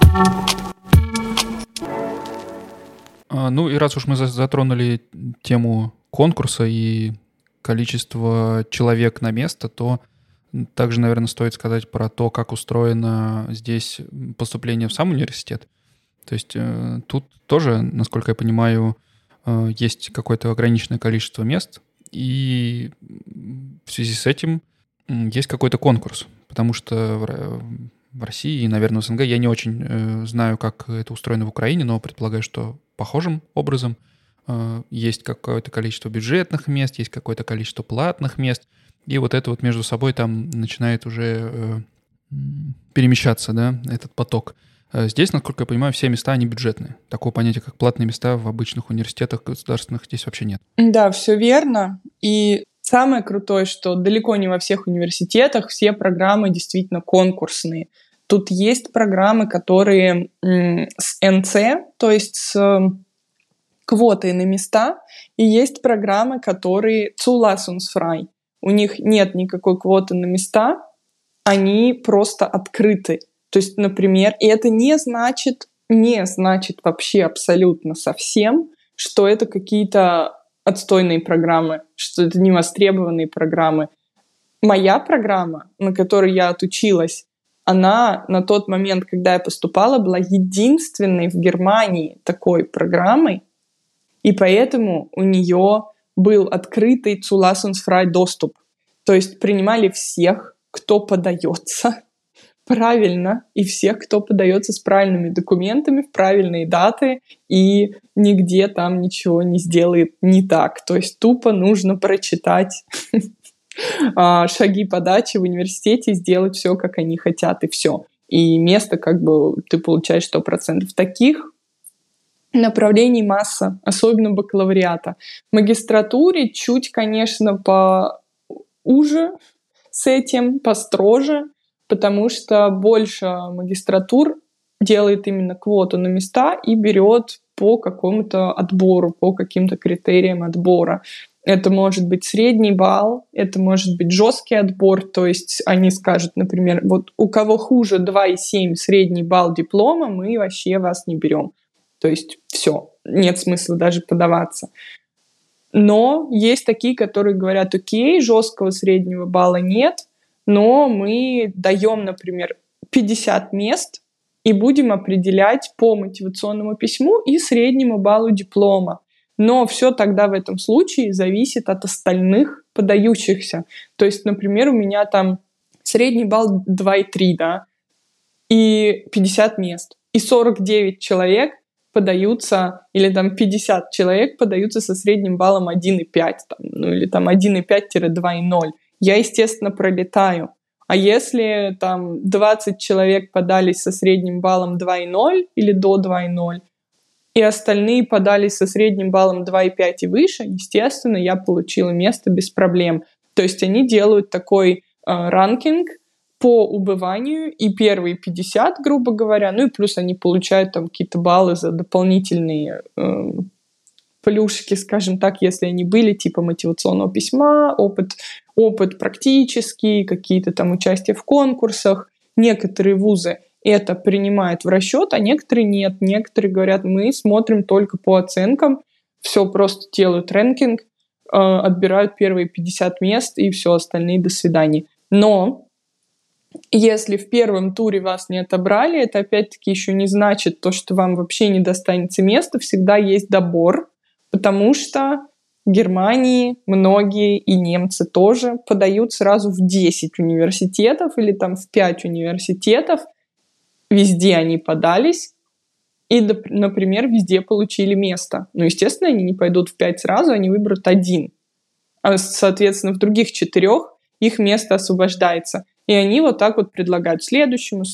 Ну и раз уж мы затронули тему конкурса и количество человек на место, то также, наверное, стоит сказать про то, как устроено здесь поступление в сам университет. То есть тут тоже, насколько я понимаю, есть какое-то ограниченное количество мест, и в связи с этим есть какой-то конкурс, потому что в России и, наверное, в СНГ я не очень знаю, как это устроено в Украине, но предполагаю, что похожим образом есть какое-то количество бюджетных мест, есть какое-то количество платных мест, и вот это вот между собой там начинает уже перемещаться, да, этот поток. Здесь, насколько я понимаю, все места, они бюджетные. Такого понятия, как платные места в обычных университетах государственных здесь вообще нет. Да, все верно. И самое крутое, что далеко не во всех университетах все программы действительно конкурсные. Тут есть программы, которые с НЦ, то есть с квотой на места, и есть программы, которые zulassungsfrei. У них нет никакой квоты на места, они просто открыты. То есть, например, и это не значит вообще абсолютно совсем, что это какие-то отстойные программы, что это невостребованные программы. Моя программа, на которой я отучилась, она на тот момент, когда я поступала, была единственной в Германии такой программой, и поэтому у нее был открытый zulassungsfrei доступ. То есть принимали всех, кто подается правильно, и всех, кто подается с правильными документами, в правильные даты, и нигде там ничего не сделает не так. То есть тупо нужно прочитать шаги подачи в университете и сделать все, как они хотят, и все. И место как бы ты получаешь 100%. Таких направлений масса, особенно бакалавриата. В магистратуре чуть, конечно, поуже с этим, построже, потому что больше магистратур делает именно квоту на места и берет по какому-то отбору, по каким-то критериям отбора. Это может быть средний балл, это может быть жесткий отбор, то есть они скажут, например, вот у кого хуже 2,7 средний балл диплома, мы вообще вас не берем. То есть все, нет смысла даже подаваться. Но есть такие, которые говорят, окей, жесткого среднего балла нет, но мы даем, например, 50 мест и будем определять по мотивационному письму и среднему баллу диплома. Но все тогда в этом случае зависит от остальных подающихся. То есть, например, у меня там средний балл 2,3, да, и 50 мест. И 49 человек подаются, или там 50 человек подаются со средним баллом 1,5, там, ну или там 1,5-2,0. Я, естественно, пролетаю. А если там 20 человек подались со средним баллом 2,0 или до 2,0, и остальные подались со средним баллом 2,5 и выше, естественно, я получила место без проблем. То есть они делают такой ранкинг по убыванию, и первые 50, грубо говоря, ну и плюс они получают там какие-то баллы за дополнительные плюшки, скажем так, если они были, типа мотивационного письма, опыт практический, какие-то там участия в конкурсах. Некоторые вузы это принимают в расчет, а некоторые нет. Некоторые говорят, мы смотрим только по оценкам, все просто делают рэнкинг, отбирают первые 50 мест, и все, остальные до свидания. Но если в первом туре вас не отобрали, это опять-таки еще не значит то, что вам вообще не достанется место. Всегда есть добор, потому что в Германии многие, и немцы тоже, подают сразу в 10 университетов или там в 5 университетов. Везде они подались и, например, везде получили место. Но, естественно, они не пойдут в 5 сразу, они выберут 1. А, соответственно, в других 4 их место освобождается. И они вот так вот предлагают следующему,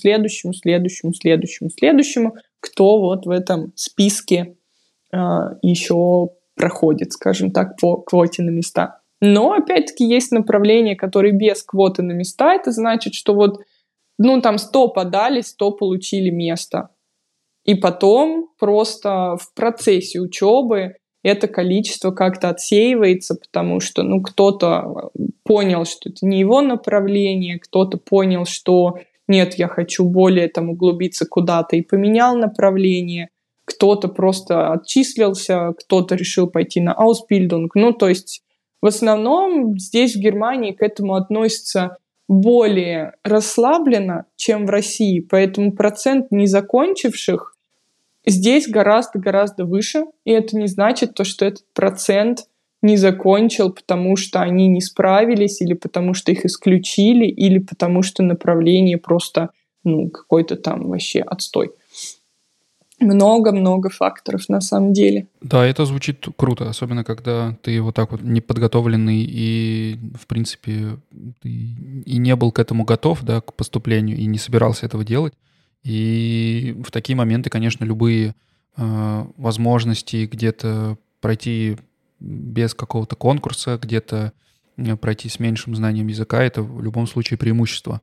кто вот в этом списке еще проходит, скажем так, по квоте на места. Но, опять-таки, есть направления, которые без квоты на места. Это значит, что вот, ну, там 100 подались, 100 получили место. И потом просто в процессе учебы это количество как-то отсеивается, потому что, ну, кто-то понял, что это не его направление, кто-то понял, что нет, я хочу более там углубиться куда-то и поменял направление, кто-то просто отчислился, кто-то решил пойти на Ausbildung. Ну, то есть в основном здесь в Германии к этому относятся более расслабленно, чем в России, поэтому процент незакончивших здесь гораздо-гораздо выше, и это не значит то, что этот процент не закончил, потому что они не справились, или потому что их исключили, или потому что направление просто, ну, какой-то там вообще отстой. Много-много факторов на самом деле. Да, это звучит круто, особенно когда ты вот так вот неподготовленный и, в принципе, ты и не был к этому готов, да, к поступлению, и не собирался этого делать. И в такие моменты, конечно, любые возможности где-то пройти без какого-то конкурса, где-то пройти с меньшим знанием языка, это в любом случае преимущество.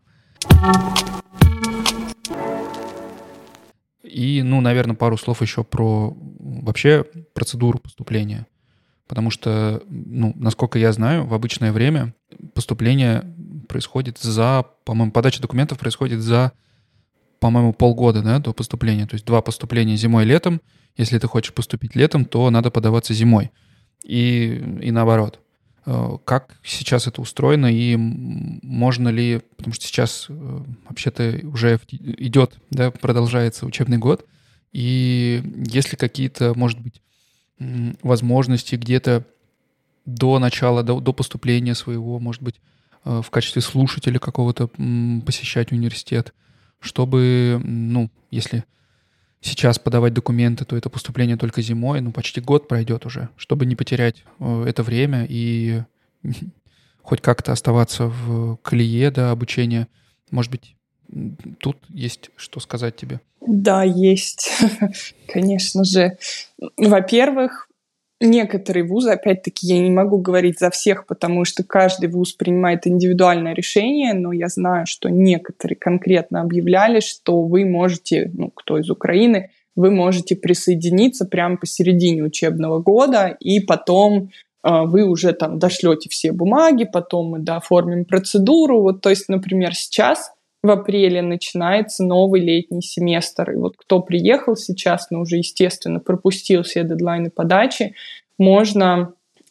И, ну, наверное, пару слов еще про вообще процедуру поступления. Потому что, ну, насколько я знаю, в обычное время поступление происходит по-моему, подача документов происходит по-моему, полгода, да, до поступления. То есть 2 поступления зимой и летом. Если ты хочешь поступить летом, то надо подаваться зимой. И наоборот. Как сейчас это устроено и можно ли... Потому что сейчас вообще-то уже идет, да, продолжается учебный год. И есть ли какие-то, может быть, возможности где-то до начала, до поступления своего, может быть, в качестве слушателя какого-то посещать университет, чтобы, ну, если сейчас подавать документы, то это поступление только зимой, ну, почти год пройдет уже, чтобы не потерять это время и хоть как-то оставаться в колее, да, обучения. Может быть, тут есть что сказать тебе? Да, есть, конечно же. Во-первых, некоторые вузы, опять-таки, я не могу говорить за всех, потому что каждый вуз принимает индивидуальное решение, но я знаю, что некоторые конкретно объявляли, что вы можете, ну, кто из Украины, вы можете присоединиться прямо посередине учебного года, и потом вы уже там дошлете все бумаги, потом мы дооформим процедуру. Вот, то есть, например, сейчас в апреле начинается новый летний семестр. И вот кто приехал сейчас, но уже, естественно, пропустил все дедлайны подачи, можно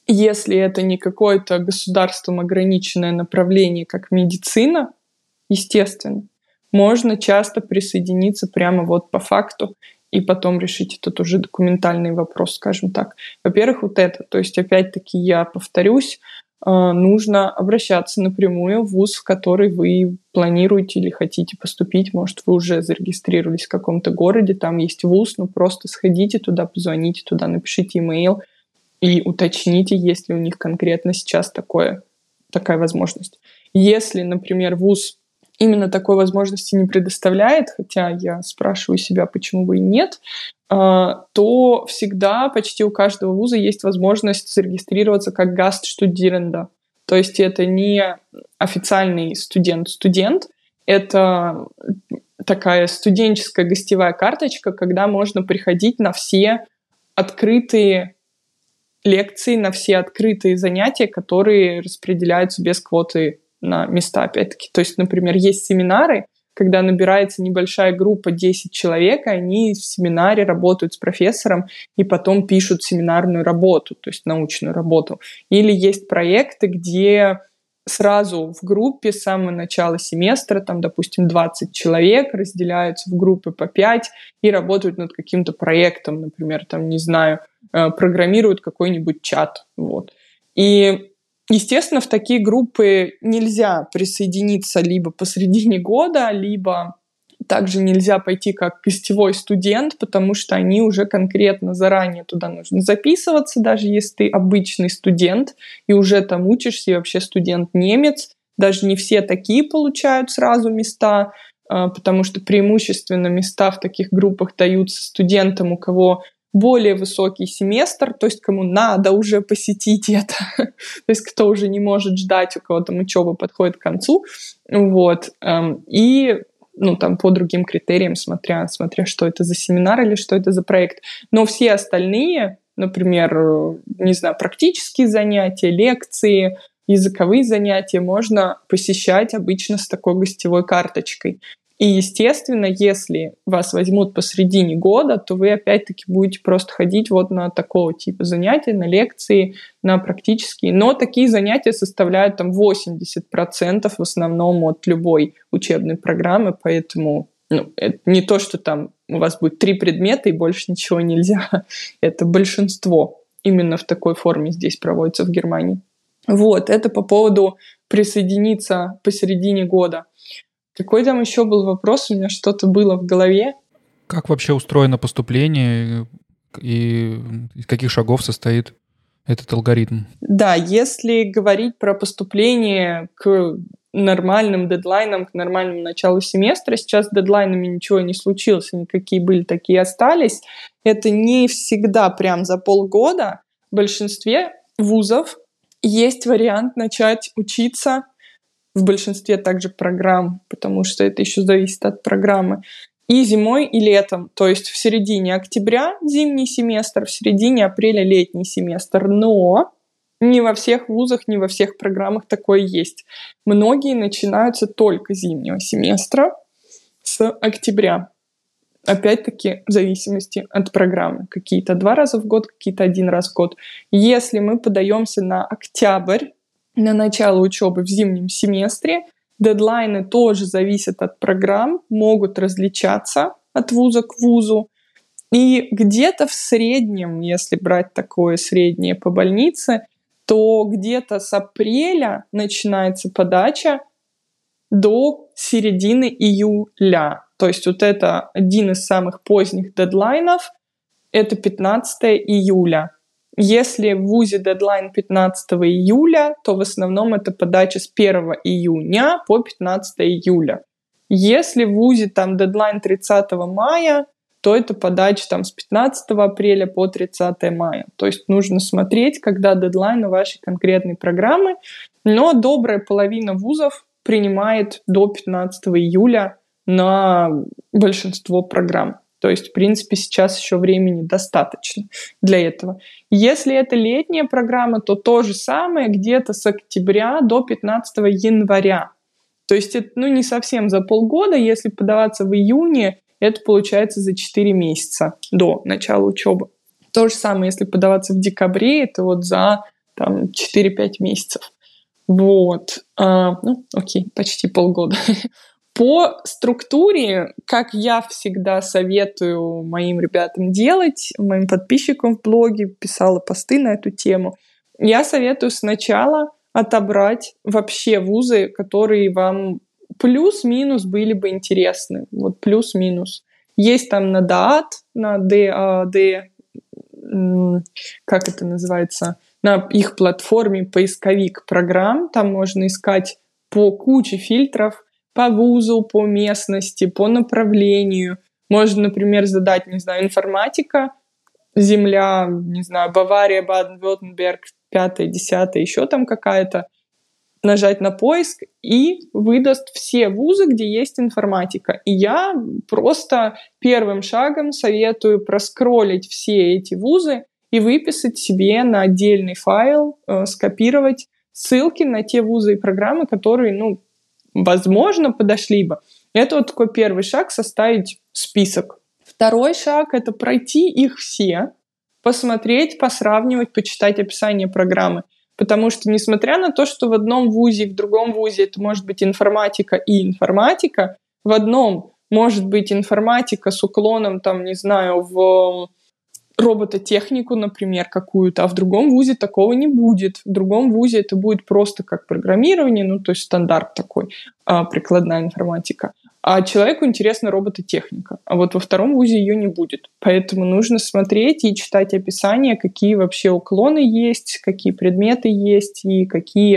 Если это не какое-то государством ограниченное направление, как медицина, естественно, можно часто присоединиться прямо вот по факту и потом решить этот уже документальный вопрос, скажем так. Во-первых, вот это. То есть, опять-таки, я повторюсь, нужно обращаться напрямую в вуз, в который вы планируете или хотите поступить. Может, вы уже зарегистрировались в каком-то городе, там есть вуз, ну просто сходите туда, позвоните туда, напишите имейл и уточните, есть ли у них конкретно сейчас такая возможность. Если, например, вуз именно такой возможности не предоставляет, хотя я спрашиваю себя, почему бы и нет, то всегда почти у каждого вуза есть возможность зарегистрироваться как Gaststudierender. То есть это не официальный студент, это такая студенческая гостевая карточка, когда можно приходить на все открытые лекции, на все открытые занятия, которые распределяются без квоты на места, опять-таки. То есть, например, есть семинары, когда набирается небольшая группа, 10 человек, и они в семинаре работают с профессором и потом пишут семинарную работу, то есть научную работу. Или есть проекты, где сразу в группе с самого начала семестра, там, допустим, 20 человек разделяются в группы по 5 и работают над каким-то проектом, например, там, не знаю, программируют какой-нибудь чат. Вот. И естественно, в такие группы нельзя присоединиться либо посредине года, либо также нельзя пойти как гостевой студент, потому что они уже конкретно заранее туда нужно записываться, даже если ты обычный студент и уже там учишься, и вообще студент-немец. Даже не все такие получают сразу места, потому что преимущественно места в таких группах даются студентам, у кого более высокий семестр, то есть кому надо уже посетить это, то есть кто уже не может ждать, у кого там учеба подходит к концу, вот, и там по другим критериям, смотря что это за семинар или что это за проект. Но все остальные, например, не знаю, практические занятия, лекции, языковые занятия можно посещать обычно с такой гостевой карточкой. И, естественно, если вас возьмут посредине года, то вы опять-таки будете просто ходить вот на такого типа занятия, на лекции, на практические. Но такие занятия составляют там 80% в основном от любой учебной программы, поэтому это не то, что там у вас будет 3 предмета и больше ничего нельзя. Это большинство именно в такой форме здесь проводится в Германии. Вот, это по поводу присоединиться посередине года. Какой там еще был вопрос? У меня что-то было в голове. Как вообще устроено поступление и из каких шагов состоит этот алгоритм? Да, если говорить про поступление к нормальным дедлайнам, к нормальному началу семестра, сейчас с дедлайнами ничего не случилось, никакие были, такие остались. Это не всегда прям за полгода. В большинстве вузов есть вариант начать учиться в большинстве также программ, потому что это еще зависит от программы, и зимой, и летом, то есть в середине октября зимний семестр, в середине апреля летний семестр, но не во всех вузах, не во всех программах такое есть. Многие начинаются только зимнего семестра с октября. Опять-таки в зависимости от программы. Какие-то 2 раза в год, какие-то 1 раз в год. Если мы подаемся на октябрь, на начало учебы в зимнем семестре, дедлайны тоже зависят от программ, могут различаться от вуза к вузу. И где-то в среднем, если брать такое среднее по больнице, то где-то с апреля начинается подача до середины июля. То есть вот это один из самых поздних дедлайнов, это 15 июля. Если в вузе дедлайн 15 июля, то в основном это подача с 1 июня по 15 июля. Если в вузе там дедлайн 30 мая, то это подача там с 15 апреля по 30 мая. То есть нужно смотреть, когда дедлайн у вашей конкретной программы. Но добрая половина вузов принимает до 15 июля на большинство программ. То есть, в принципе, сейчас еще времени достаточно для этого. Если это летняя программа, то то же самое где-то с октября до 15 января. То есть это не совсем за полгода. Если подаваться в июне, это получается за 4 месяца до начала учебы. То же самое, если подаваться в декабре, это вот за там 4-5 месяцев. Вот. Окей, почти полгода. По структуре, как я всегда советую моим ребятам делать, моим подписчикам в блоге, писала посты на эту тему, я советую сначала отобрать вообще вузы, которые вам плюс-минус были бы интересны. Вот плюс-минус. Есть там на ДААД, на ДААД, как это называется, на их платформе поисковик программ. Там можно искать по куче фильтров, по вузу, по местности, по направлению. Можно, например, задать, не знаю, информатика, земля, не знаю, Бавария, Баден-Вюртемберг, 5-е, 10-е, еще там какая-то. Нажать на поиск и выдаст все вузы, где есть информатика. И я просто первым шагом советую проскроллить все эти вузы и выписать себе на отдельный файл, скопировать ссылки на те вузы и программы, которые, возможно, подошли бы. Это вот такой первый шаг — составить список. Второй шаг — это пройти их все, посмотреть, посравнивать, почитать описание программы. Потому что, несмотря на то, что в одном вузе и в другом вузе это может быть информатика и информатика, в одном может быть информатика с уклоном, в робототехнику, например, какую-то, а в другом вузе такого не будет. В другом вузе это будет просто как программирование, то есть стандарт такой, прикладная информатика. А человеку интересна робототехника. А вот во втором вузе ее не будет. Поэтому нужно смотреть и читать описание, какие вообще уклоны есть, какие предметы есть и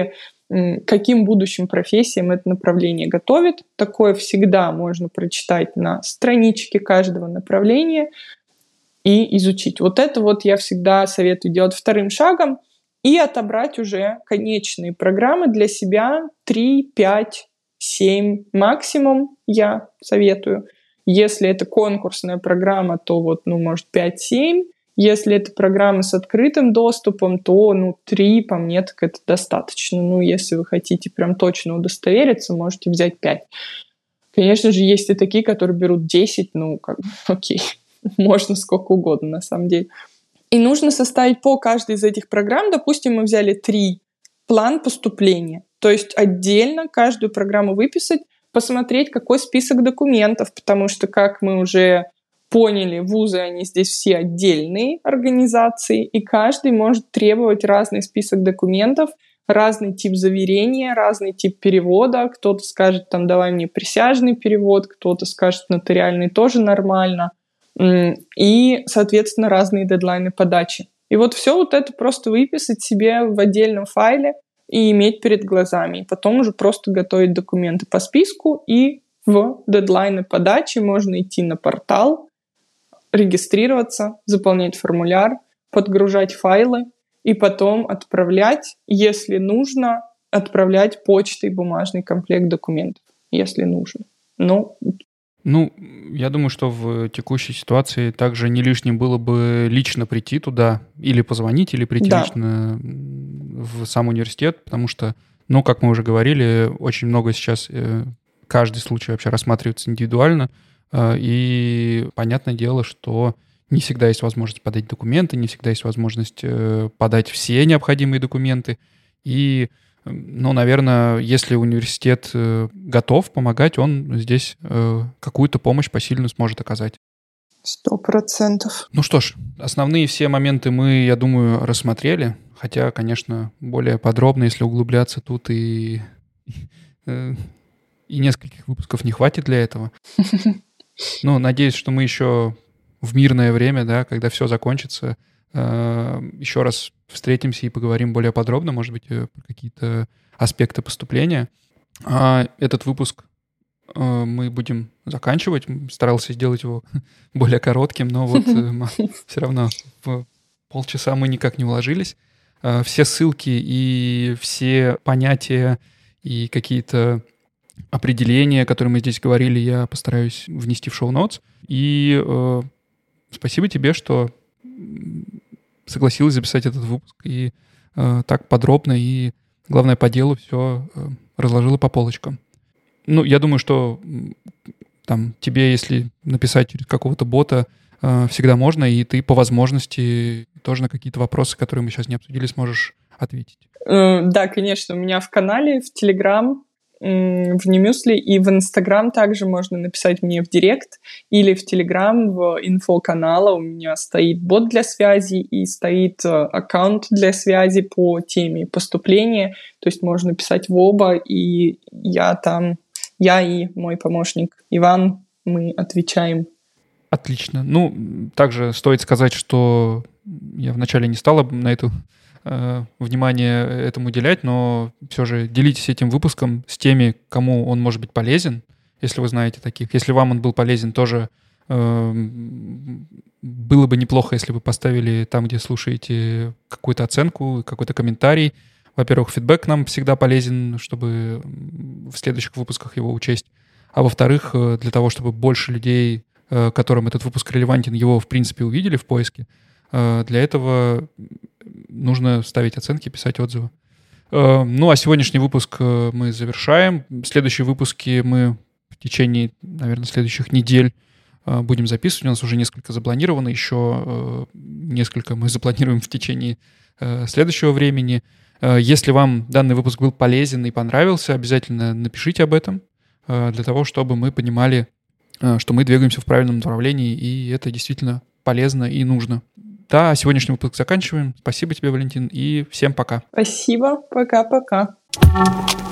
каким будущим профессиям это направление готовит. Такое всегда можно прочитать на страничке каждого направления и изучить. Вот это я всегда советую делать вторым шагом и отобрать уже конечные программы для себя 3, 5, 7 максимум, я советую. Если это конкурсная программа, то может 5-7. Если это программа с открытым доступом, то 3, по мне, так это достаточно. Если вы хотите прям точно удостовериться, можете взять 5. Конечно же, есть и такие, которые берут 10, окей. Можно сколько угодно, на самом деле. И нужно составить по каждой из этих программ, допустим, мы взяли 3, план поступления. То есть отдельно каждую программу выписать, посмотреть, какой список документов, потому что, как мы уже поняли, вузы, они здесь все отдельные организации, и каждый может требовать разный список документов, разный тип заверения, разный тип перевода. Кто-то скажет, давай мне присяжный перевод, кто-то скажет, нотариальный тоже нормально. И, соответственно, разные дедлайны подачи. И все это просто выписать себе в отдельном файле и иметь перед глазами. И потом уже просто готовить документы по списку, и в дедлайны подачи можно идти на портал, регистрироваться, заполнять формуляр, подгружать файлы и потом отправлять, если нужно, отправлять почтой бумажный комплект документов, если нужно. Я думаю, что в текущей ситуации также не лишним было бы лично прийти туда, или позвонить, или прийти лично в сам университет, потому что, как мы уже говорили, очень много сейчас, каждый случай вообще рассматривается индивидуально, и понятное дело, что не всегда есть возможность подать документы, не всегда есть возможность подать все необходимые документы, и наверное, если университет готов помогать, он здесь какую-то помощь посильную сможет оказать. 100%. Что ж, основные все моменты мы, я думаю, рассмотрели. Хотя, конечно, более подробно, если углубляться тут и нескольких выпусков не хватит для этого. Надеюсь, что мы еще в мирное время, когда все закончится, еще раз встретимся и поговорим более подробно, может быть, про какие-то аспекты поступления. А этот выпуск мы будем заканчивать. Старался сделать его более коротким, но все равно в полчаса мы никак не уложились. Все ссылки и все понятия и какие-то определения, которые мы здесь говорили, я постараюсь внести в шоу-нотс. И спасибо тебе, что согласилась записать этот выпуск и так подробно и, главное, по делу все разложила по полочкам. Я думаю, что тебе, если написать через какого-то бота, всегда можно, и ты по возможности тоже на какие-то вопросы, которые мы сейчас не обсудили, сможешь ответить. Да, конечно, у меня в канале, в Телеграм, в Немюсли и в Инстаграм также можно написать мне в Директ или в Телеграм, в инфо канала у меня стоит бот для связи и стоит аккаунт для связи по теме поступления, то есть можно писать в оба, и я и мой помощник Иван, мы отвечаем. Отлично. Также стоит сказать, что я вначале не стал на эту внимание этому уделять, но все же делитесь этим выпуском с теми, кому он может быть полезен, если вы знаете таких. Если вам он был полезен, тоже было бы неплохо, если вы поставили там, где слушаете, какую-то оценку, какой-то комментарий. Во-первых, фидбэк нам всегда полезен, чтобы в следующих выпусках его учесть. А во-вторых, для того, чтобы больше людей, которым этот выпуск релевантен, его, в принципе, увидели в поиске, для этого нужно ставить оценки, писать отзывы. А сегодняшний выпуск мы завершаем. Следующие выпуски мы в течение, наверное, следующих недель будем записывать. У нас уже несколько запланировано, еще несколько мы запланируем в течение следующего времени. Если вам данный выпуск был полезен и понравился, обязательно напишите об этом, для того, чтобы мы понимали, что мы двигаемся в правильном направлении, и это действительно полезно и нужно. Да, сегодняшний выпуск заканчиваем. Спасибо тебе, Валентин, и всем пока. Спасибо, пока-пока.